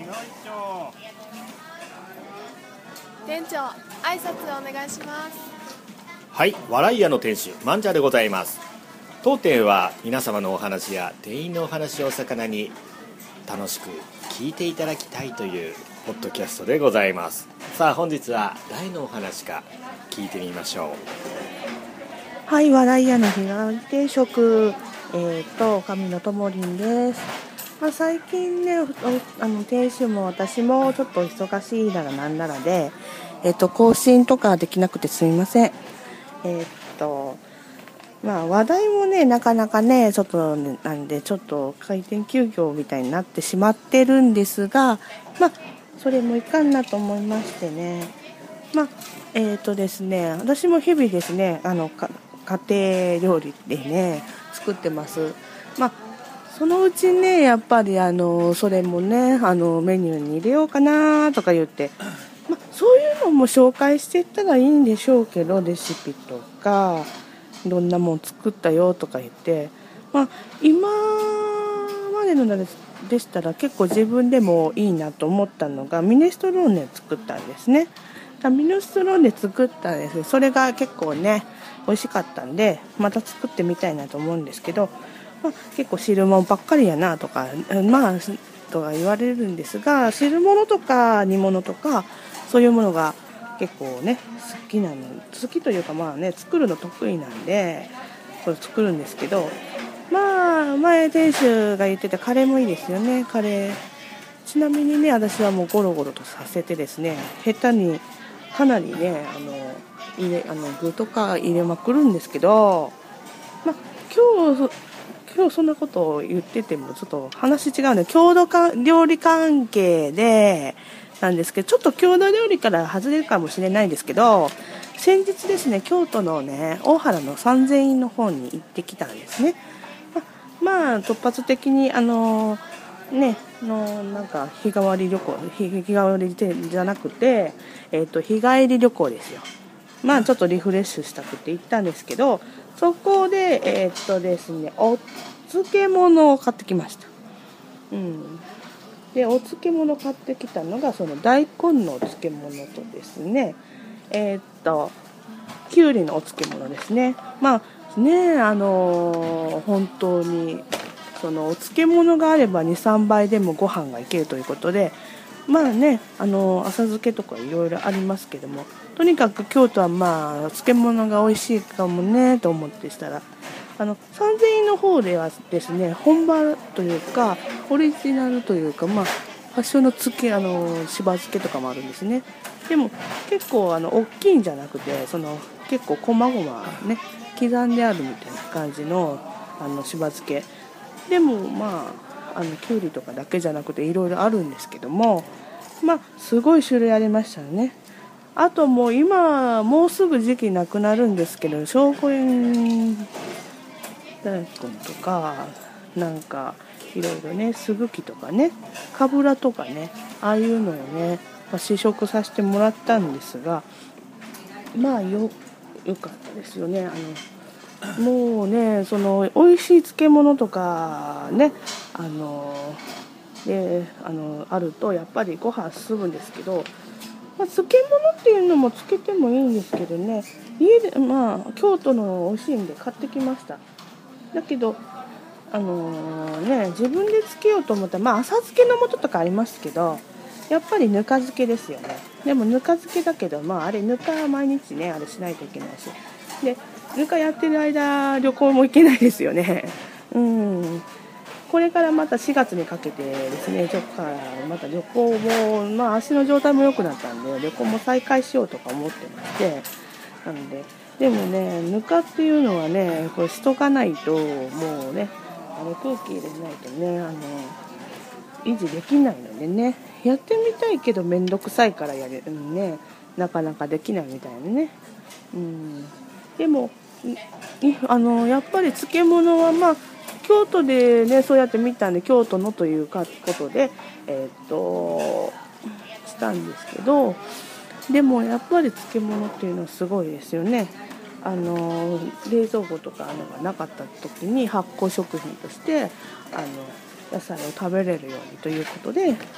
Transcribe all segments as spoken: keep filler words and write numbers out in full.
店長、挨拶お願いします。 はい、笑い屋の店主マンジャでございます。当店は皆様のお話や店員のお話を魚に楽しく聞いていただきたいというポッドキャストでございます。さあ本日は誰のお話か聞いてみましょう。 はい、笑い屋の日替わり定食、えーと神野ともりんです。まあ、最近ね、あの店主も私もちょっと忙しいならなんならで、えーと更新とかできなくてすみません。えーとまあ話題もねなかなかねちょっとなんでちょっと開店休業みたいになってしまってるんですが、まあそれもいかんなと思いましてね。まあえーとですね私も日々ですねあのか家庭料理でね作ってます。まあそのうちねやっぱりあのそれもねあのメニューに入れようかなとか言って、まあ、そういうのも紹介していったらいいんでしょうけど、レシピとかどんなもん作ったよとか言って、まあ、今までのででしたら結構自分でもいいなと思ったのがミネストローネ作ったんですね。ミネストローネ作ったんです。それが結構ね美味しかったんでまた作ってみたいなと思うんですけど、まあ、結構汁物ばっかりやなとかまあとは言われるんですが、汁物とか煮物とかそういうものが結構ね好きなの好きというかまあね作るの得意なんでこれ作るんですけど、まあ前店主が言ってたカレーもいいですよね。カレーちなみにね私はもうゴロゴロとさせてですね下手にかなりねあの入れあの具とか入れまくるんですけど、まあ今日今日そんなことを言っててもちょっと話違うね。郷土か料理関係でなんですけど、ちょっと郷土料理から外れるかもしれないんですけど、先日ですね京都のね大原の三千院の方に行ってきたんですね。ま、まあ突発的にあのねのなんか日替わり旅行日日替わりでじゃなくて、えーと、日帰り旅行ですよ。まあちょっとリフレッシュしたくて行ったんですけど、そこでえーっとですねお漬物を買ってきました。うん。でお漬物買ってきたのがその大根のお漬物とですね、えーっときゅうりのお漬物ですね。まあねあのー、本当にそのお漬物があれば にさんばいでもご飯がいけるということで、まあねあのー、浅漬けとかいろいろありますけども、とにかく京都はまあ漬物が美味しいかもねと思ってしたら、あの三千院の方ではですね本場というかオリジナルというか、まあ発祥の漬けあのしば漬けとかもあるんですね。でも結構あの大きいんじゃなくてその結構細々ね刻んであるみたいな感じのあのしば漬けでもまああのきゅうりとかだけじゃなくていろいろあるんですけども、まあすごい種類ありましたね。あともう今もうすぐ時期なくなるんですけど、聖護園大根とかなんかいろいろねすぐきとかねかぶらとかねああいうのをね、まあ、試食させてもらったんですが、まあよよかったですよね。あのもうねその美味しい漬物とかねあのであのあるとやっぱりご飯進むんですけど、まあ、漬物っていうのもつけてもいいんですけどね、家でまあ京都の美味しいんで買ってきました。だけどあのー、ね自分で漬けようと思ったらまあ浅漬けの素とかありますけどやっぱりぬか漬けですよね。でもぬか漬けだけどまああれぬか毎日ねあれしないといけないし、でぬかやってる間旅行も行けないですよね。うんこれからまたしがつにかけてですねちょっとまた旅行もまあ足の状態も良くなったんで旅行も再開しようとか思ってまして、なのででもねぬかっていうのはねこれしとかないともうねあの空気入れないとねあの維持できないのでね、やってみたいけどめんどくさいからやる、うん、ねなかなかできないみたいなね。うんでもあのやっぱり漬物はまあ京都でねそうやって見たんで京都のというかことでえー、っとしたんですけど、でもやっぱり漬物っていうのはすごいですよね。あの冷蔵庫とかのがなかった時に発酵食品としてあの野菜を食べれるようにということで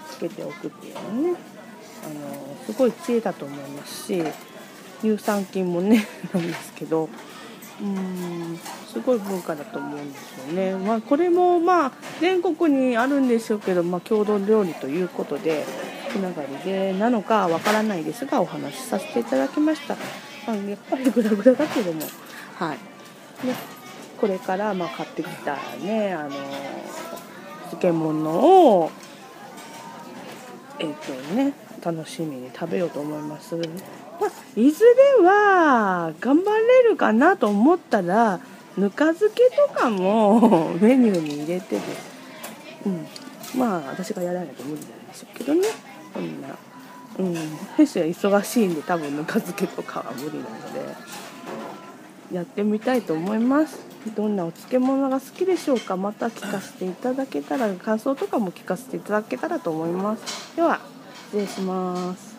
つけておくっていうのはね、あのすごい知恵だと思いますし、乳酸菌もねなんですけど、うーんすごい文化だと思うんですよね。まあ、これもまあ全国にあるんでしょうけど、まあ、郷土料理ということでつながりでなのかわからないですがお話しさせていただきました。まあ、やっぱりグラグラだけども、はいね、これからまあ買ってきたね、あの漬物をえっとね楽しみに食べようと思います。まあ、いずれは頑張れるかなと思ったらぬか漬けとかもメニューに入れてです、うん、まあ私がやらないと無理なんでしょうけどね、そんな、うん、弊社は忙しいんで多分ぬか漬けとかは無理なのでやってみたいと思います。どんなお漬物が好きでしょうか。また聞かせていただけたら、感想とかも聞かせていただけたらと思います。では失礼します。